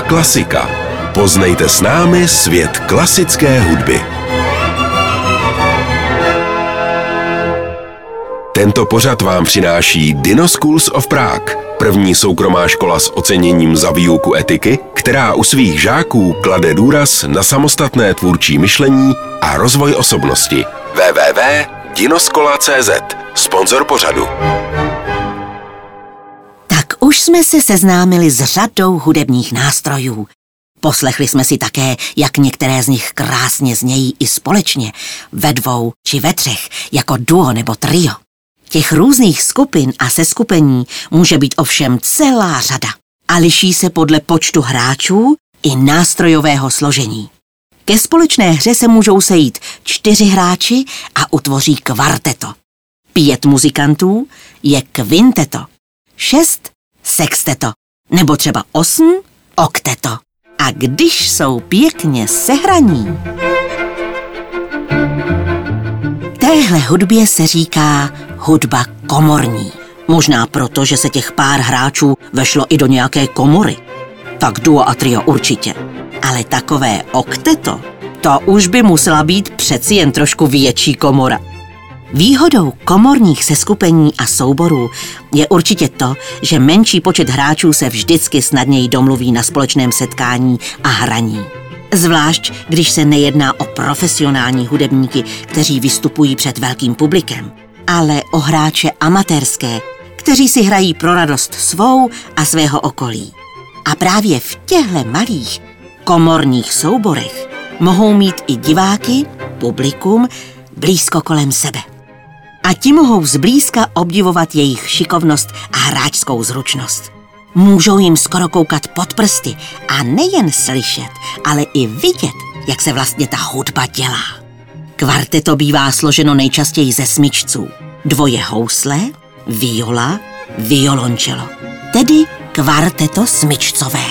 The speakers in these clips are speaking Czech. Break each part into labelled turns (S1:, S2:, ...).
S1: Klasika. Poznejte s námi svět klasické hudby. Tento pořad vám přináší Dino Schools of Prague, první soukromá škola s oceněním za výuku etiky, která u svých žáků klade důraz na samostatné tvůrčí myšlení a rozvoj osobnosti. www.dinoskola.cz, sponzor pořadu.
S2: Tak už jsme se seznámili s řadou hudebních nástrojů. Poslechli jsme si také, jak některé z nich krásně znějí i společně, ve dvou či ve třech, jako duo nebo trio. Těch různých skupin a seskupení může být ovšem celá řada a liší se podle počtu hráčů i nástrojového složení. Ke společné hře se můžou sejít 4 hráči a utvoří kvarteto. 5 muzikantů je kvinteto, 6 sexteto, nebo třeba 8 okteto. A když jsou pěkně sehraní, téhle hudbě se říká hudba komorní. Možná proto, že se těch pár hráčů vešlo i do nějaké komory. Tak duo a trio určitě. Ale takové okteto, to už by musela být přeci jen trošku větší komora. Výhodou komorních seskupení a souborů je určitě to, že menší počet hráčů se vždycky snadněji domluví na společném setkání a hraní. Zvlášť, když se nejedná o profesionální hudebníky, kteří vystupují před velkým publikem, ale o hráče amatérské, kteří si hrají pro radost svou a svého okolí. A právě v těchto malých komorních souborech mohou mít i diváky, publikum, blízko kolem sebe. A ti mohou zblízka obdivovat jejich šikovnost a hráčskou zručnost. Můžou jim skoro koukat pod prsty a nejen slyšet, ale i vidět, jak se vlastně ta hudba dělá. Kvarteto bývá složeno nejčastěji ze smyčců. 2 housle, viola, violončelo. Tedy kvarteto smyčcové.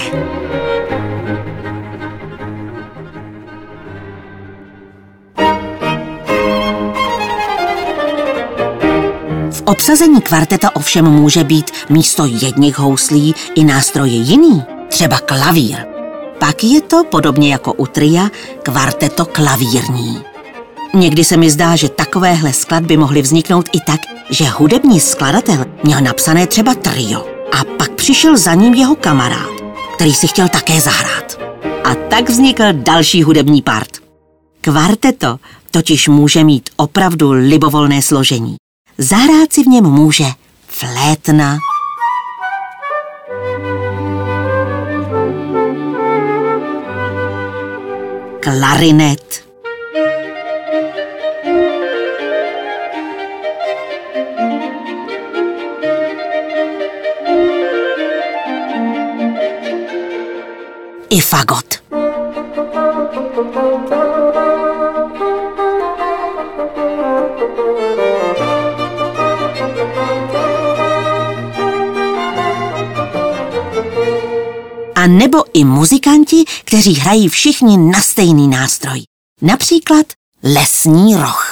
S2: V obsazení kvarteta ovšem může být místo jedněch houslí i nástroj jiný, třeba klavír. Pak je to, podobně jako u tria, kvarteto klavírní. Někdy se mi zdá, že takovéhle skladby mohly vzniknout i tak, že hudební skladatel měl napsané třeba trio a pak přišel za ním jeho kamarád, který si chtěl také zahrát. A tak vznikl další hudební part. Kvarteto totiž může mít opravdu libovolné složení. Zahrát si v něm může flétna, klarinet, i fagot. A nebo i muzikanti, kteří hrají všichni na stejný nástroj. Například lesní roh.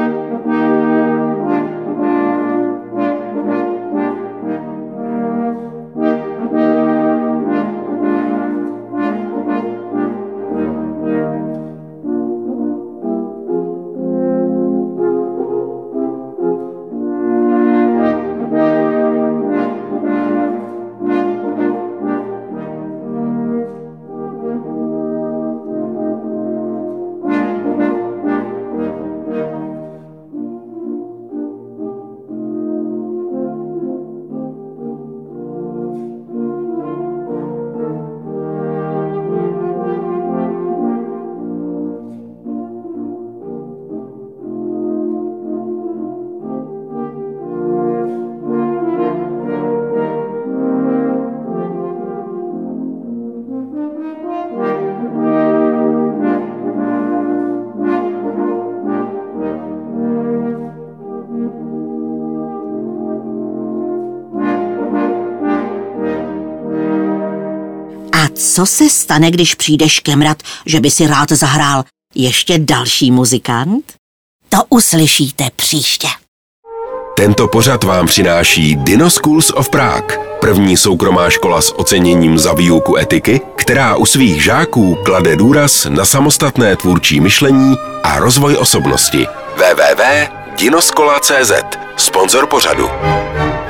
S2: Co se stane, když přijde škemrat, že by si rád zahrál ještě další muzikant? To uslyšíte příště.
S1: Tento pořad vám přináší Dino Schools of Prague, první soukromá škola s oceněním za výuku etiky, která u svých žáků klade důraz na samostatné tvůrčí myšlení a rozvoj osobnosti. www.dinoskola.cz, sponzor pořadu.